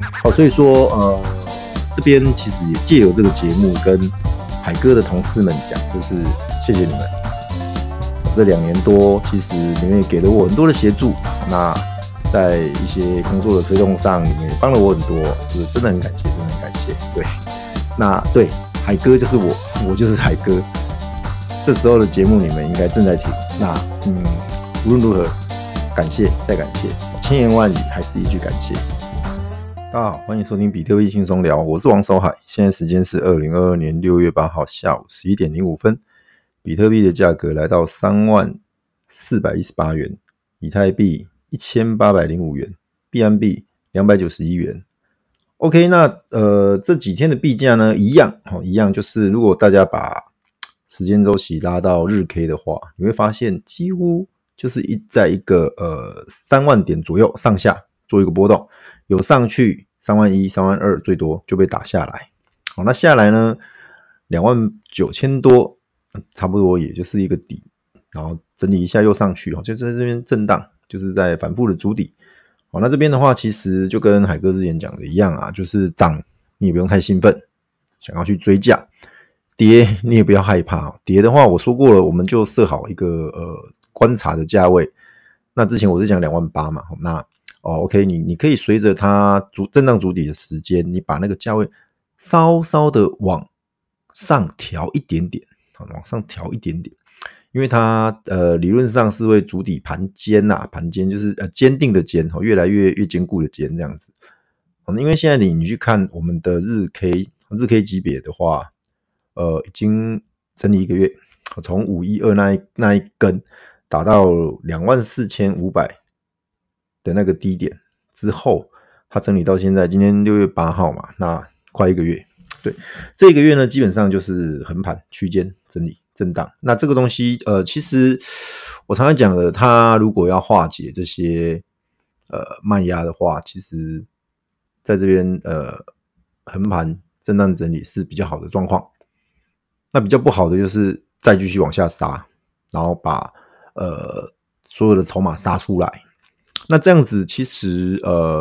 好，所以说这边其实也借由这个节目跟海哥的同事们讲，就是谢谢你们。这2年多，其实你们也给了我很多的协助。那在一些工作的推动上，你们也帮了我很多，是真的很感谢，真的很感谢。对，那对海哥就是我，我就是海哥。这时候的节目你们应该正在听。那无论如何，感谢再感谢，千言万语还是一句感谢。大家好，欢迎收听比特币轻松聊，我是王守海。现在时间是2022年6月8号下午11点05分。比特币的价格来到30418元，以太币1805元，币安币291元。OK， 那这几天的币价呢，一样就是如果大家把时间周期拉到日 K 的话，你会发现几乎就是在一个3万点左右上下做一个波动，有上去31000、32000最多就被打下来。好，那下来呢29000多，差不多也就是一个底，然后整理一下又上去，就在这边震荡，就是在反复的筑底。好，那这边的话其实就跟海哥之前讲的一样啊，就是涨你也不用太兴奋，想要去追价，跌你也不要害怕。跌的话我说过了，我们就设好一个观察的价位。那之前我是讲28000嘛，那OK， 你可以随着它震荡筑底的时间，你把那个价位稍稍的往上调一点点，往上调一点点，因为它理论上是会筑底盘坚呐，盘坚就是坚定的坚，越来越坚固的坚这样子。因为现在你去看我们的日 K 级别的话，已经整理1个月，从512那一根打到24500的那个低点之后，它整理到现在，今天6月8号嘛，那快1个月。对，这1个月呢，基本上就是横盘区间整理震荡。那这个东西其实我常常讲的，它如果要化解这些卖压的话，其实在这边横盘震荡整理是比较好的状况。那比较不好的就是再继续往下杀，然后把所有的筹码杀出来。那这样子其实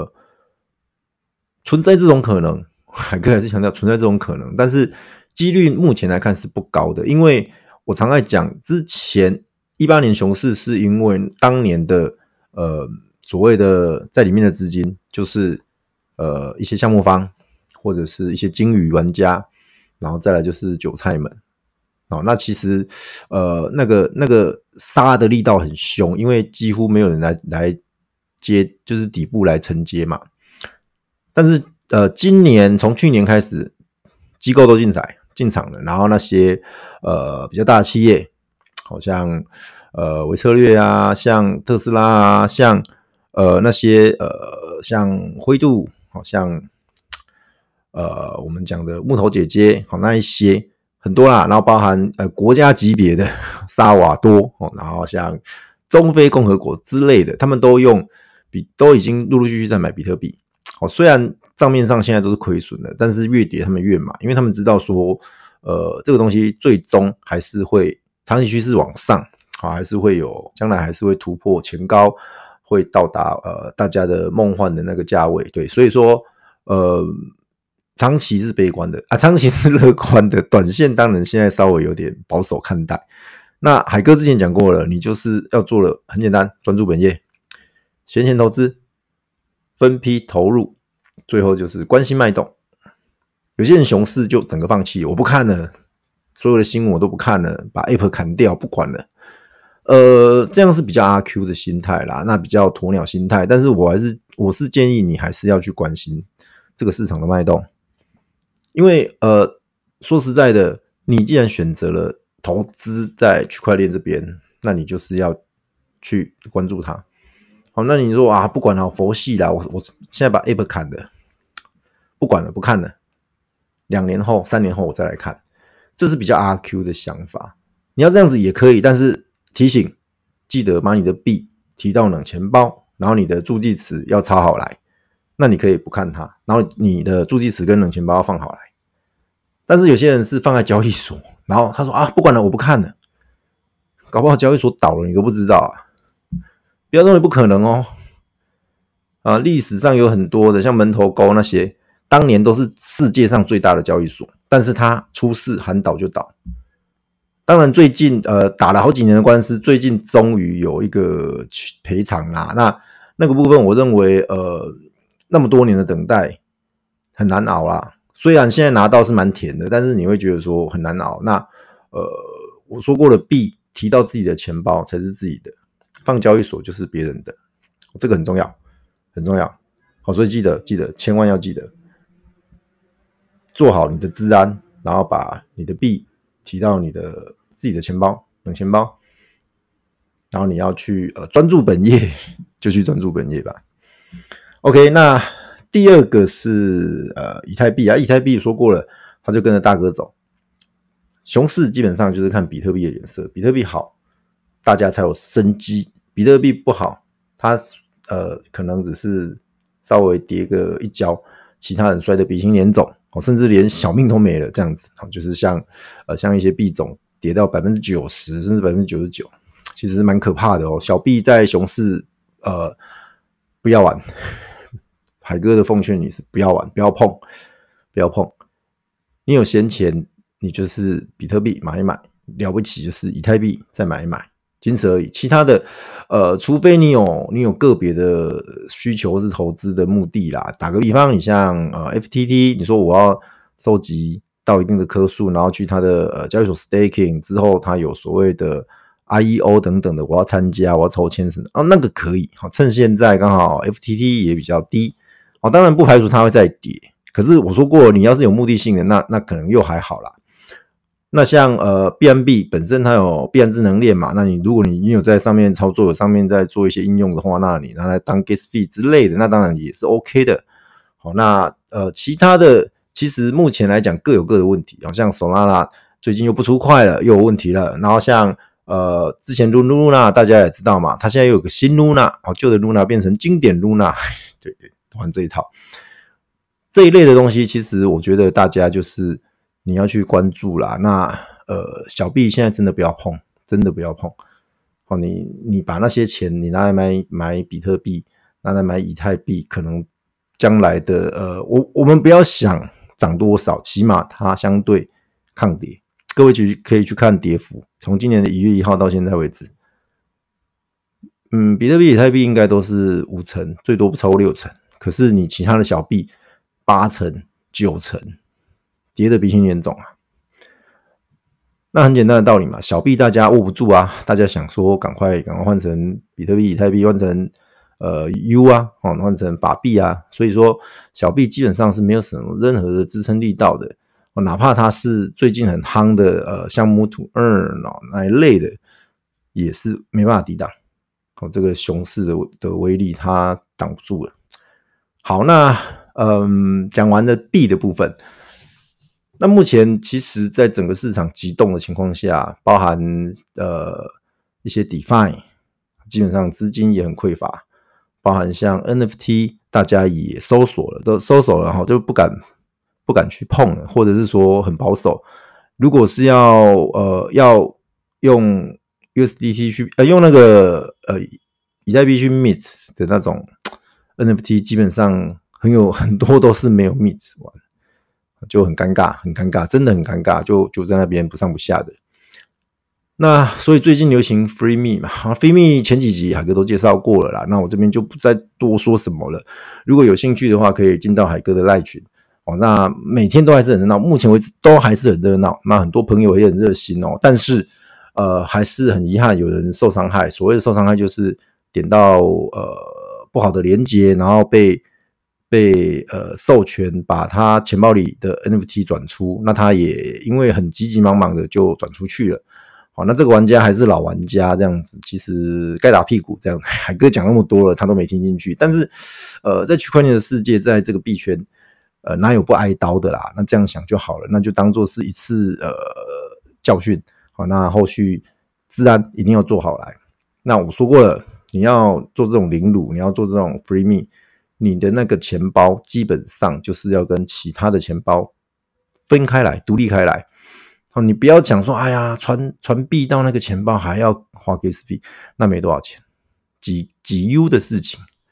存在这种可能，海哥还是强调存在这种可能，但是几率目前来看是不高的，因为我常在讲，之前18年熊市是因为当年的所谓的在里面的资金就是一些项目方或者是一些鲸鱼玩家，然后再来就是韭菜们。那其实那个杀的力道很凶，因为几乎没有人来接，就是底部来承接嘛。但是今年从去年开始，机构都进场了，然后那些比较大的企业，好像微策略啊，像特斯拉啊，像那些像灰度，好像我们讲的木头姐姐，好那一些很多啦，然后包含国家级别的萨瓦多，然后像中非共和国之类的，他们都已经陆陆续续在买比特币。好，虽然账面上现在都是亏损的，但是越跌他们越买，因为他们知道说这个东西最终还是会长期趋势往上，还是会有将来还是会突破前高，会到达大家的梦幻的那个价位。对，所以说长期是悲观的长期是乐观的，短线当然现在稍微有点保守看待。那海哥之前讲过了，你就是要做了很简单，专注本业，闲钱投资，分批投入，最后就是关心脉动。有些人熊市就整个放弃，我不看了，所有的新闻我都不看了，把 App 砍掉，不管了。这样是比较阿 Q 的心态啦，那比较鸵鸟心态。但是我是建议你还是要去关心这个市场的脉动，因为说实在的，你既然选择了投资在区块链这边，那你就是要去关注它。好，那你说不管了，佛系啦，我现在把 App 砍了，不管了，不看了，2年后、3年后我再来看，这是比较阿 Q 的想法。你要这样子也可以，但是提醒，记得把你的币提到冷钱包，然后你的助记词要抄好来。那你可以不看它，然后你的助记词跟冷钱包要放好来。但是有些人是放在交易所，然后他说不管了，我不看了，搞不好交易所倒了你都不知道啊！不要认为不可能哦。 历史上有很多的像门头沟那些，当年都是世界上最大的交易所，但是它出事喊倒就倒。当然最近打了好几年的官司，最近终于有一个赔偿啦。那个部分我认为那么多年的等待很难熬啦。虽然现在拿到是蛮甜的，但是你会觉得说很难熬。那我说过了，币提到自己的钱包才是自己的，放交易所就是别人的，这个很重要，很重要。好，所以记得，千万要记得，做好你的资安，然后把你的币提到你的自己的钱包，冷钱包，然后你要去专注本业，就去专注本业吧。OK， 那第二个是以太币啊，以太币说过了，他就跟着大哥走。熊市基本上就是看比特币的脸色，比特币好，大家才有生机；比特币不好，它可能只是稍微跌个一跤，其他人摔得鼻青脸肿，甚至连小命都没了这样子。就是像一些币种跌到 90% 甚至 99%， 其实蛮可怕的哦。小币在熊市不要玩，海哥的奉劝你是不要玩，不要碰，不要碰。你有闲钱，你就是比特币买一买，了不起就是以太币再买一买，仅此而已。其他的除非你有个别的需求是投资的目的啦。打个比方，你像FTT， 你说我要收集到一定的颗数，然后去它的交易所 staking 之后，它有所谓的 IEO 等等的，我要参加，我要抽签那个可以。趁现在刚好 FTT 也比较低，当然不排除它会再跌。可是我说过，你要是有目的性的，那可能又还好啦。那像BNB 本身它有币安智能链嘛，那如果你有在上面操作，上面在做一些应用的话，那你拿来当 gas fee 之类的，那当然也是 OK 的。好，那其他的其实目前来讲各有各的问题，好像 Solana 最近又不出快了，又有问题了。然后像之前 Luna 大家也知道嘛，它现在又有个新 Luna， 旧的 Luna 变成经典 Luna， 对，玩这一套。这一类的东西，其实我觉得大家就是你要去关注啦。那小币现在真的不要碰，真的不要碰。好，你把那些钱你拿来买比特币，拿来买以太币，可能将来的我们不要想涨多少，起码它相对抗跌。各位可以去看跌幅，从今年的1月1号到现在为止，比特币、以太币应该都是5%，最多不超过6%。可是你其他的小币8%、9%，跌得鼻青脸肿啊！那很简单的道理嘛，小币大家握不住啊，大家想说赶快换成比特币、以太币，换成U 啊，换成法币啊，所以说小币基本上是没有什么任何的支撑力道的，哪怕它是最近很夯的像Move to Earn那一类的，也是没办法抵挡。这个熊市的威力它挡不住了。好，那讲完了币的部分，那目前其实在整个市场急动的情况下，包含一些 DeFi， 基本上资金也很匮乏，包含像 NFT 大家也收手了，就不敢去碰了，或者是说很保守。如果是要用 USDT 去用那个以太币去 mint 的那种 NFT， 基本上很多都是没有 mint 完，就很尴尬，真的很尴尬，就在那边不上不下的。那所以最近流行 Free Me 嘛，Free Me 前几集海哥都介绍过了啦，那我这边就不再多说什么了。如果有兴趣的话，可以进到海哥的 LINE 群那每天都还是很热闹，目前为止都还是很热闹。那很多朋友也很热心但是还是很遗憾有人受伤害。所谓的受伤害就是点到不好的连结，然后被授权把他钱包里的 NFT 转出，那他也因为很急急忙忙的就转出去了。好，那这个玩家还是老玩家这样子，其实该打屁股这样。海哥讲那么多了，他都没听进去。但是在区块链的世界，在这个币圈哪有不挨刀的啦？那这样想就好了，那就当做是一次教训。好，那后续自然一定要做好来。那我说过了，你要做这种零撸，你要做这种 Free Me， 你的那个钱包基本上就是要跟其他的钱包分开来，独立开来。你不要想说，哎呀，传币到那个钱包还要花 gas fee， 那没多少钱，几 U 的事情。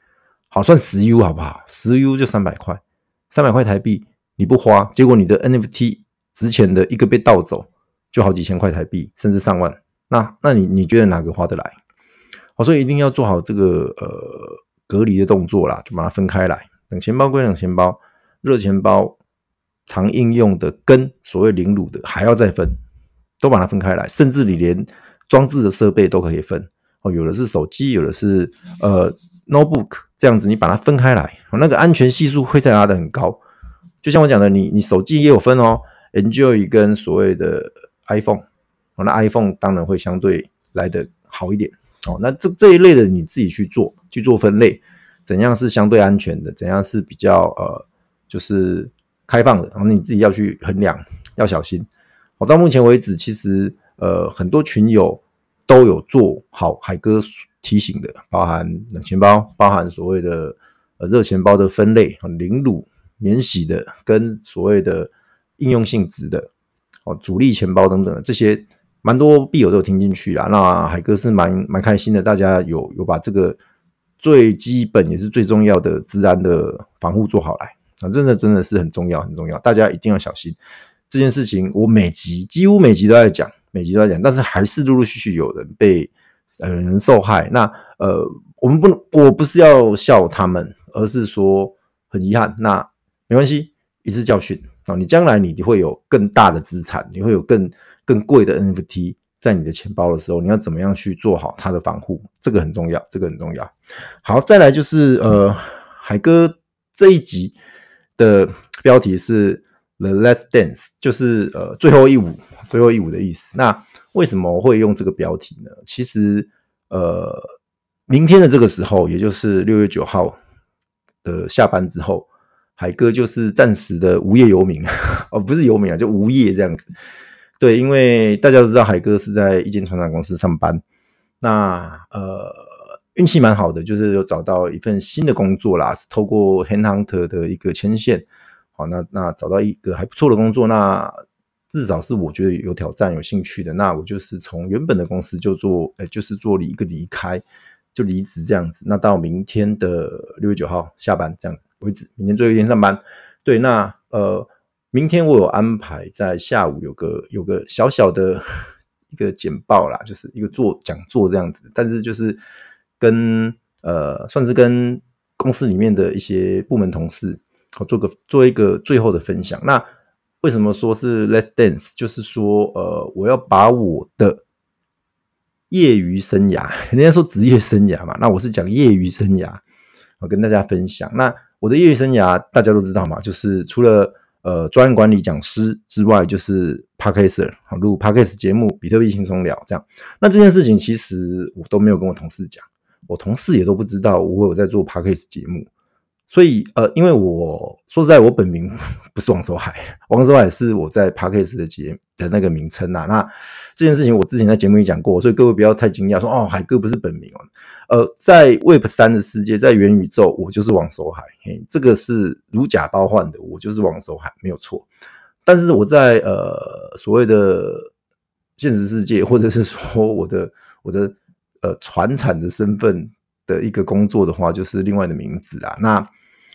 好，算10U 好不好？10U 就300块，300块台币你不花，结果你的 NFT 值钱的一个被盗走，就好几千块台币，甚至上万。那你觉得哪个花得来？好，所以一定要做好这个隔离的动作啦，就把它分开来。冷钱包归冷钱包，热钱包常应用的跟所谓零乳的还要再分，都把它分开来，甚至你连装置的设备都可以分。有的是手机，有的是notebook， 这样子你把它分开来，那个安全系数会再拉得很高。就像我讲的，你手机也有分哦 ，Enjoy 跟所谓的 iPhone， 那 iPhone 当然会相对来得好一点。那这一类的你自己去做分类，怎样是相对安全的，怎样是比较就是开放的，然后你自己要去衡量，要小心。到目前为止，其实很多群友都有做好海哥提醒的，包含冷钱包，包含所谓的热钱包的分类，零乳免洗的跟所谓的应用性质的主力钱包等等的，这些蛮多币友都有听进去啦。那海哥是蛮开心的，大家有把这个最基本也是最重要的资安的防护做好来，真的是很重要很重要，大家一定要小心这件事情。我几乎每集都在讲，但是还是陆陆续续有人被人受害。那我不是要笑他们，而是说很遗憾，那没关系，一次教训。你将来你会有更大的资产，你会有更贵的 NFT 在你的钱包的时候，你要怎么样去做好它的防护，这个很重要。好，再来就是海哥这一集的标题是 The Last Dance， 就是最后一舞的意思。那为什么会用这个标题呢？其实明天的这个时候，也就是6月9号的下班之后，海哥就是暂时的无业游民不是游民就无业这样子。对，因为大家都知道海哥是在一间传产公司上班，那运气蛮好的，就是有找到一份新的工作啦，是透过 Headhunter 的一个牵线，好，那找到一个还不错的工作，那至少是我觉得有挑战、有兴趣的，那我就是从原本的公司就是做一个离开，就离职这样子。那到明天的6月9号下班这样子为止，明天最后一天上班。对，那明天我有安排在下午有个小小的一个简报啦，就是一个讲座这样子，但是就是算是跟公司里面的一些部门同事做一个最后的分享。那为什么说是 Let's Dance？ 就是说我要把我的业余生涯，人家说职业生涯嘛，那我是讲业余生涯，我跟大家分享。那我的业余生涯大家都知道嘛，就是除了专案管理讲师之外，就是 Podcaster 录 Podcast 节目比特币轻松聊这样。那这件事情其实我都没有跟我同事讲，我同事也都不知道我有在做 Podcast 节目。所以因为我说实在，我本名不是王守海，王守海是我在 Podcast 的那个名称啦。那这件事情我之前在节目里讲过，所以各位不要太惊讶，说海哥不是本名在 Web3 的世界，在元宇宙，我就是王守海，这个是如假包换的，我就是王守海，没有错。但是我在所谓的现实世界，或者是说我的传产的身份的一个工作的话，就是另外的名字啊。那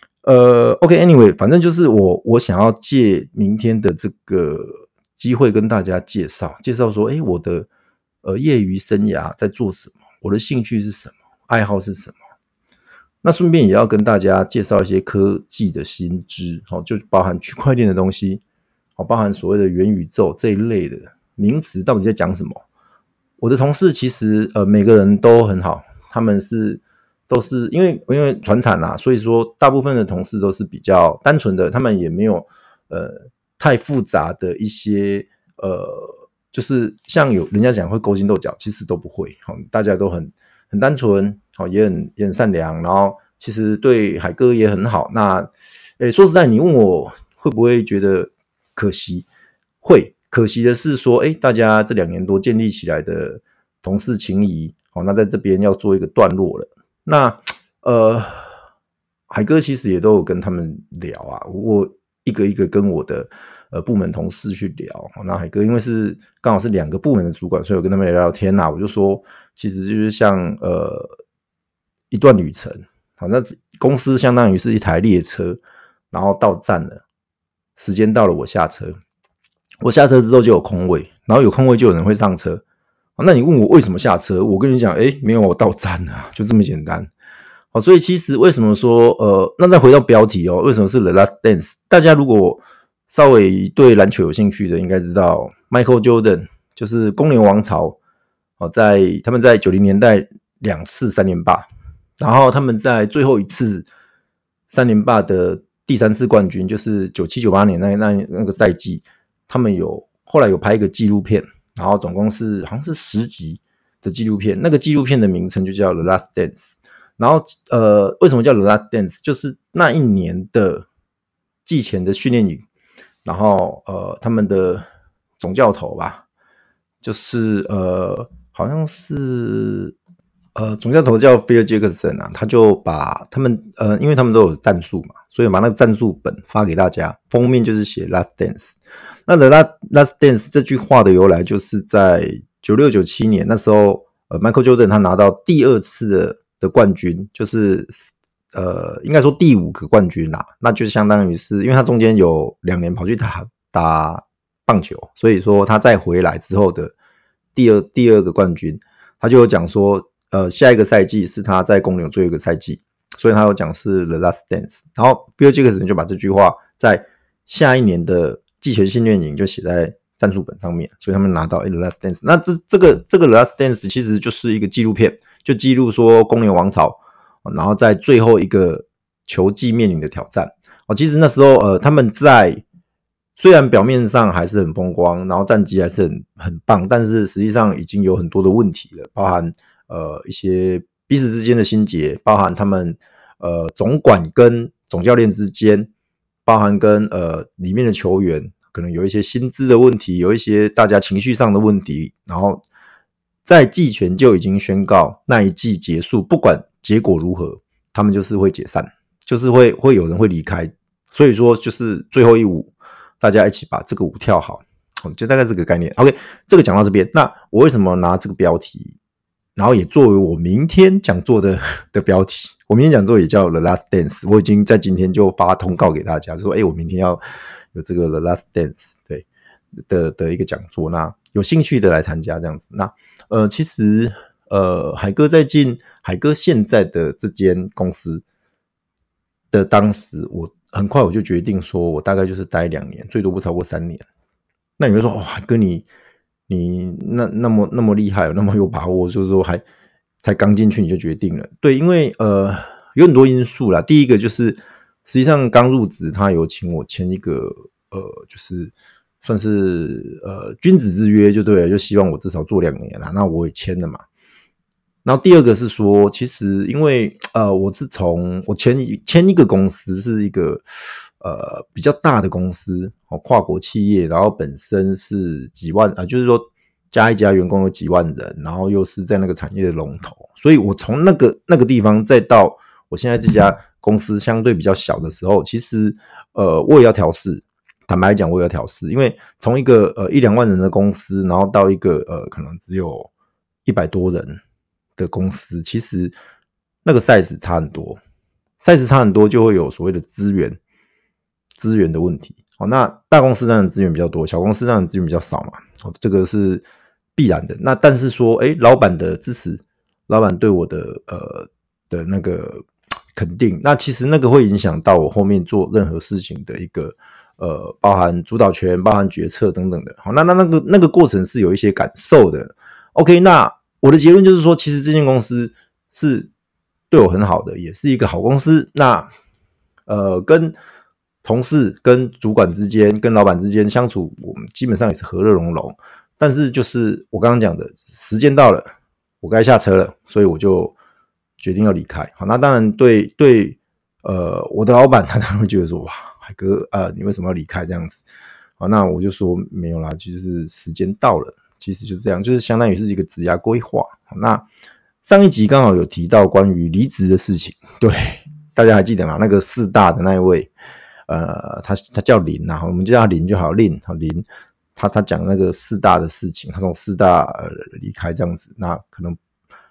OK，anyway， 反正就是我想要借明天的这个机会跟大家介绍说，我的业余生涯在做什么，我的兴趣是什么，爱好是什么。那顺便也要跟大家介绍一些科技的新知，就包含区块链的东西，包含所谓的元宇宙这一类的名词到底在讲什么。我的同事其实每个人都很好，他们都是因为传产啦，所以说大部分的同事都是比较单纯的，他们也没有太复杂的一些就是像有人家讲会勾心斗角，其实都不会，大家都很单纯，也很善良，然后其实对海哥也很好。那说实在，你问我会不会觉得可惜？会，可惜的是说大家这2年多建立起来的同事情谊，那在这边要做一个段落了。那海哥其实也都有跟他们聊啊，我一个一个跟我的部门同事去聊。那海哥因为是刚好是2个部门的主管，所以我跟他们聊聊天啊，我就说其实就是像一段旅程， 好，那公司相当于是一台列车，然后到站了，时间到了我下车，我下车之后就有空位，然后有空位就有人会上车。那你问我为什么下车？我跟你讲，没有，我到站了，就这么简单。好，所以其实为什么说那再回到标题为什么是 The Last Dance？ 大家如果稍微对篮球有兴趣的，应该知道 Michael Jordan 就是公牛王朝他们在90年代2次3连霸，然后他们在最后一次3连霸的第3次冠军，就是97-98年那个赛季，他们后来有拍一个纪录片，然后总共是好像是10集的纪录片，那个纪录片的名称就叫 The Last Dance。然后为什么叫 The Last Dance？ 就是那一年的季前的训练营，然后他们的总教头吧，就是好像是总教头叫 Phil Jackson 啊，他就把他们因为他们都有战术嘛，所以把那个战术本发给大家，封面就是写 Last Dance。那 The Last Dance 这句话的由来，就是在96-97年那时候Michael Jordan 他拿到第2次的冠军，就是应该说第5个冠军啦，那就相当于是因为他中间有2年跑去打棒球，所以说他再回来之后的第二个冠军，他就有讲说下一个赛季是他在公牛最后一个赛季，所以他有讲是 The Last Dance。然后 Bill Jackson 就把这句话在下一年的季前训练营就写在战术本上面，所以他们拿到 The Last Dance。那这个 The Last Dance 其实就是一个纪录片，就记录说公牛王朝，然后在最后一个球季面临的挑战。其实那时候他们虽然表面上还是很风光，然后战绩还是很棒，但是实际上已经有很多的问题了，包含一些彼此之间的心结，包含他们总管跟总教练之间，包含跟里面的球员可能有一些薪资的问题，有一些大家情绪上的问题，然后在季前就已经宣告那一季结束，不管结果如何，他们就是会解散，就是会有人会离开，所以说就是最后一舞，大家一起把这个舞跳好，就大概这个概念。OK， 这个讲到这边，那我为什么拿这个标题，然后也作为我明天讲座的标题？我明天讲座也叫 The Last Dance， 我已经在今天就发通告给大家，说我明天要有这个 The Last Dance 对的一个讲座，那有兴趣的来参加这样子。那其实海哥在进海哥现在的这间公司的当时，我很快我就决定说，我大概就是待2年，最多不超过3年。那你会说，哇，海哥你那么厉害，那么有把握，就是说才刚进去你就决定了？对，因为有很多因素啦。第一个就是实际上刚入职，他有请我签一个就是算是君子之约就对了，就希望我至少做2年啦，那我也签了嘛。然后第二个是说，其实因为我签一个公司是一个比较大的公司跨国企业，然后本身是几万就是说加一家员工有几万人，然后又是在那个产业的龙头，所以我从那个地方再到我现在这家公司相对比较小的时候，其实我也要调试。坦白讲，我也要调试，因为从一个1-2万人的公司，然后到一个可能只有100多人的公司，其实那个 size 差很多，size 差很多就会有所谓的资源的问题。那大公司当然资源比较多，小公司当然资源比较少嘛，这个是必然的。那但是说，老板的支持，老板对我的那个肯定，那其实那个会影响到我后面做任何事情的一个包含主导权、包含决策等等的。好，那个过程是有一些感受的。OK， 那我的结论就是说，其实这间公司是对我很好的，也是一个好公司。那跟同事、跟主管之间、跟老板之间相处，我们基本上也是和乐融融。但是就是我刚刚讲的，时间到了，我该下车了，所以我就决定要离开。好，那当然对我的老板他当然会觉得说，哇，海哥你为什么要离开这样子？好，那我就说没有啦，就是时间到了。其实就这样，就是相当于是一个职涯规划。那上一集刚好有提到关于离职的事情，对，大家还记得吗？那个4大的那一位，他叫林啊，我们叫他林就好，林，他讲那个4大的事情，他从4大离开这样子，那可能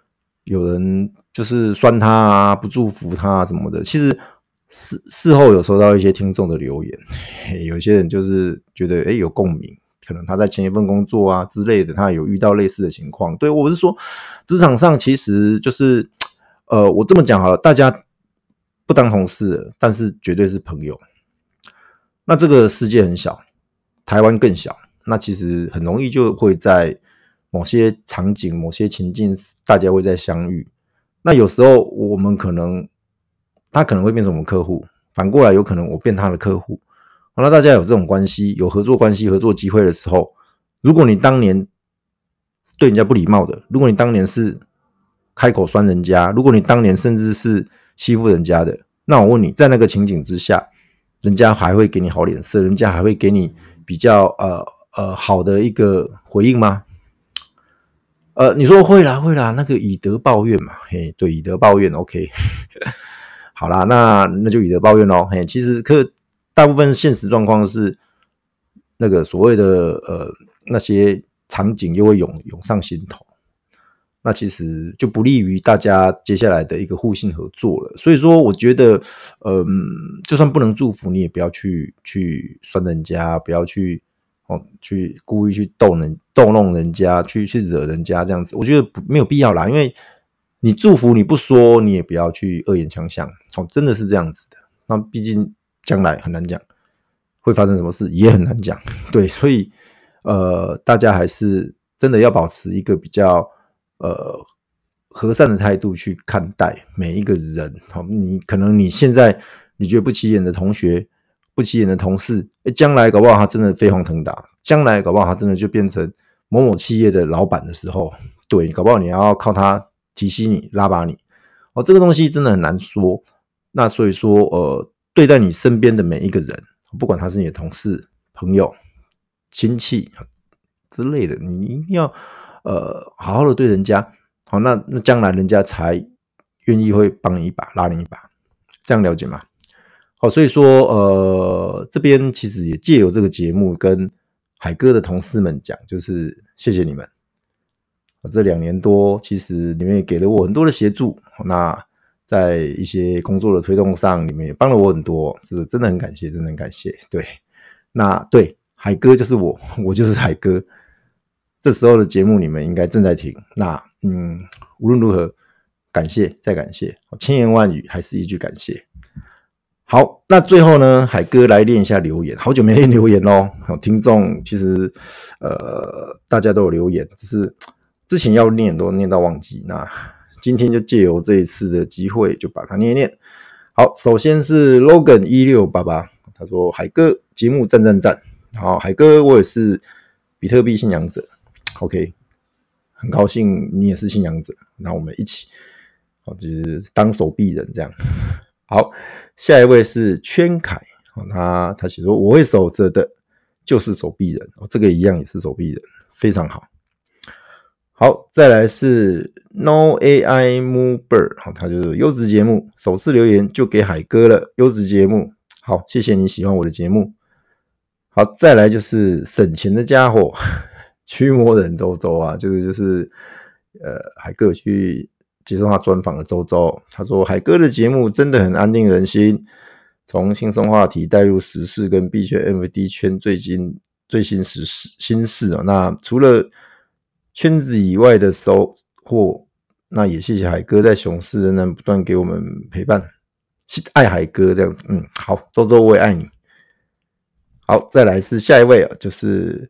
有人就是酸他啊，不祝福他啊什么的。其实事后有收到一些听众的留言，有些人就是觉得有共鸣，可能他在前一份工作啊之类的，他有遇到类似的情况。对，我是说，职场上其实就是我这么讲好了，大家不当同事了，但是绝对是朋友。那这个世界很小，台湾更小，那其实很容易就会在某些场景、某些情境，大家会再相遇。那有时候我们他可能会变成我们客户，反过来有可能我变他的客户。那大家有这种关系，有合作关系、合作机会的时候，如果你当年对人家不礼貌的，如果你当年是开口酸人家，如果你当年甚至是欺负人家的，那我问你，在那个情景之下，人家还会给你好脸色，人家还会给你比较好的一个回应吗？你说会啦，那个以德报怨嘛，嘿，对，以德报怨 ，OK， 好啦，那就以德报怨咯，嘿，其实大部分现实状况是那个所谓的那些场景又会涌上心头，那其实就不利于大家接下来的一个互信合作了。所以说，我觉得，就算不能祝福，你也不要去酸人家，不要去故意去逗弄人家，去惹人家这样子，我觉得没有必要啦。因为你祝福你不说，你也不要去恶言相向，真的是这样子的。那毕竟将来很难讲会发生什么事，也很难讲。对，所以大家还是真的要保持一个比较和善的态度去看待每一个人。你可能你现在你觉得不起眼的同学，不起眼的同事，将来搞不好他真的飞黄腾达，将来搞不好他真的就变成某某企业的老板的时候，对，搞不好你要靠他提携你、拉拔你。这个东西真的很难说。那所以说，对待你身边的每一个人，不管他是你的同事、朋友、亲戚之类的，你一定要好好的对人家。好，那将来人家才愿意会帮你一把，拉你一把，这样了解吗？好，所以说这边其实也借由这个节目跟海哥的同事们讲，就是谢谢你们。这2年多，其实你们也给了我很多的协助。那在一些工作的推动上，你们也帮了我很多，这真的很感谢，真的很感谢。对，那对海哥就是我就是海哥。这时候的节目你们应该正在听。那无论如何，感谢再感谢，千言万语还是一句感谢。好，那最后呢，海哥来念一下留言，好久没念留言咯。听众其实大家都有留言，只是之前要念都念到忘记，那今天就借由这一次的机会就把它念一念。好，首先是 Logan1688， 他说海哥节目赞赞赞。好，海哥我也是比特币信仰者， OK， 很高兴你也是信仰者，那我们一起就是当手臂人这样。好，下一位是圈凯，他写说我会守着的就是手臂人，这个一样也是手臂人，非常好。好，再来是 No AI Mover， 他就是优质节目，首次留言就给海哥了，优质节目，好，谢谢你喜欢我的节目。好，再来就是省钱的家伙，驱魔人周周啊，就是海哥去接受他专访的周周，他说海哥的节目真的很安定人心，从轻松话题带入时事跟币圈 NFT 圈最新心事啊。那除了圈子以外的收获，那也谢谢海哥在熊市仍然不断给我们陪伴，爱海哥这样子。好，周周我也爱你。好，再来是下一位啊，就是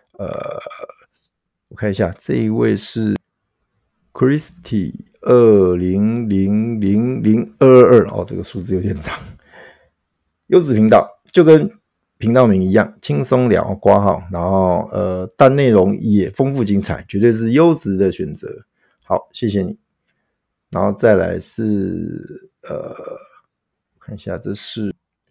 我看一下，这一位是 Christy 2000022，这个数字有点长。优质频道就跟频道名一样，轻松聊括号，然后但内容也丰富精彩，绝对是优质的选择。好，谢谢你。然后再来是我看一下，这是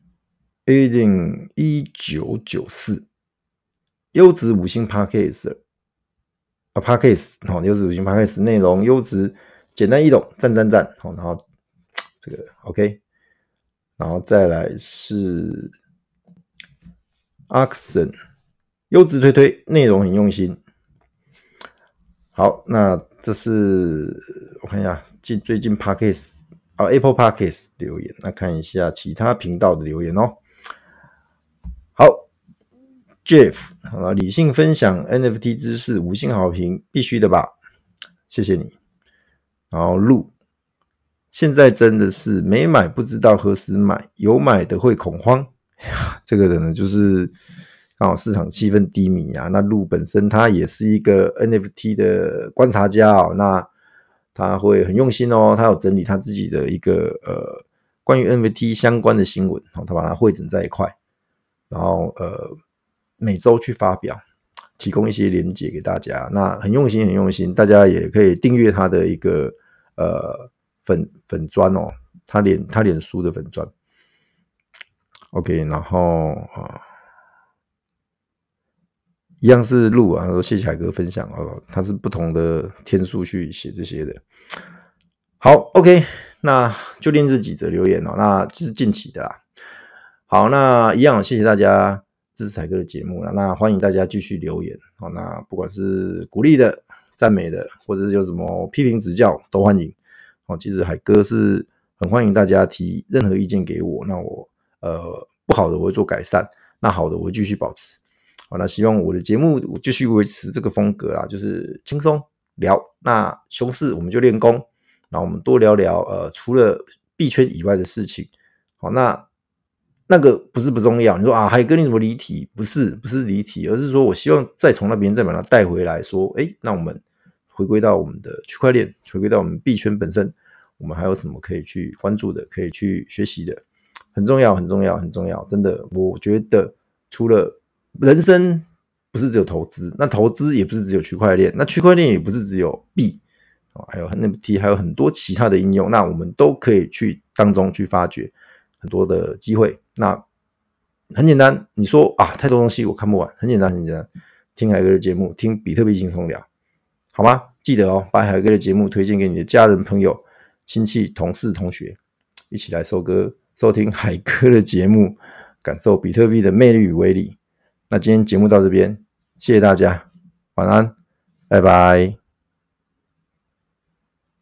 Aiden1994， 优质5星 Podcast。Podcast 优质5星 Podcast 内容优质简单易懂，赞赞赞。然后这个 OK， 然后再来是 Axon， 优质推推内容很用心。 好，那这是我看一下最近 Podcast Apple Podcast 留言，那看一下其他频道的留言哦。好 ，Jeff， 好，理性分享 NFT 知识，5星好评，必须的吧？谢谢你。然后路，现在真的是没买不知道何时买，有买的会恐慌。这个人呢，就是刚好市场气氛低迷啊。那路本身他也是一个 NFT 的观察家哦，那他会很用心哦，他有整理他自己的一个关于 NFT 相关的新闻，他把它汇整在一块，然后每周去发表，提供一些连结给大家。那很用心，很用心，大家也可以订阅他的一个粉专哦，他脸书的粉专。OK， 然后一样是录啊，他说谢谢海哥分享哦，他是不同的天数去写这些的。好 ，OK， 那就念这几则留言哦，那就是近期的啦。好，那一样谢谢大家支持海哥的节目啦，那欢迎大家继续留言哦，那不管是鼓励的、赞美的，或者是有什么批评指教都欢迎哦。其实海哥是很欢迎大家提任何意见给我，那我不好的我会做改善，那好的我会继续保持。好，那希望我的节目我继续维持这个风格啦，就是轻松聊。那熊市我们就练功，然后我们多聊聊除了币圈以外的事情。好，那个不是不重要。你说啊，海哥你怎么离题？不是离题，而是说我希望再从那边再把它带回来，说，那我们回归到我们的区块链，回归到我们币圈本身，我们还有什么可以去关注的，可以去学习的，很重要，很重要，很重要。真的，我觉得除了人生不是只有投资，那投资也不是只有区块链，那区块链也不是只有币，还有 NFT， 还有很多其他的应用，那我们都可以去当中去发掘很多的机会。那很简单，你说啊，太多东西我看不完，很简单，很简单，听海哥的节目，听比特币轻松聊，好吗？记得哦，把海哥的节目推荐给你的家人、朋友、亲戚、同事、同学，一起来收听海哥的节目，感受比特币的魅力与威力。那今天节目到这边，谢谢大家，晚安，拜拜。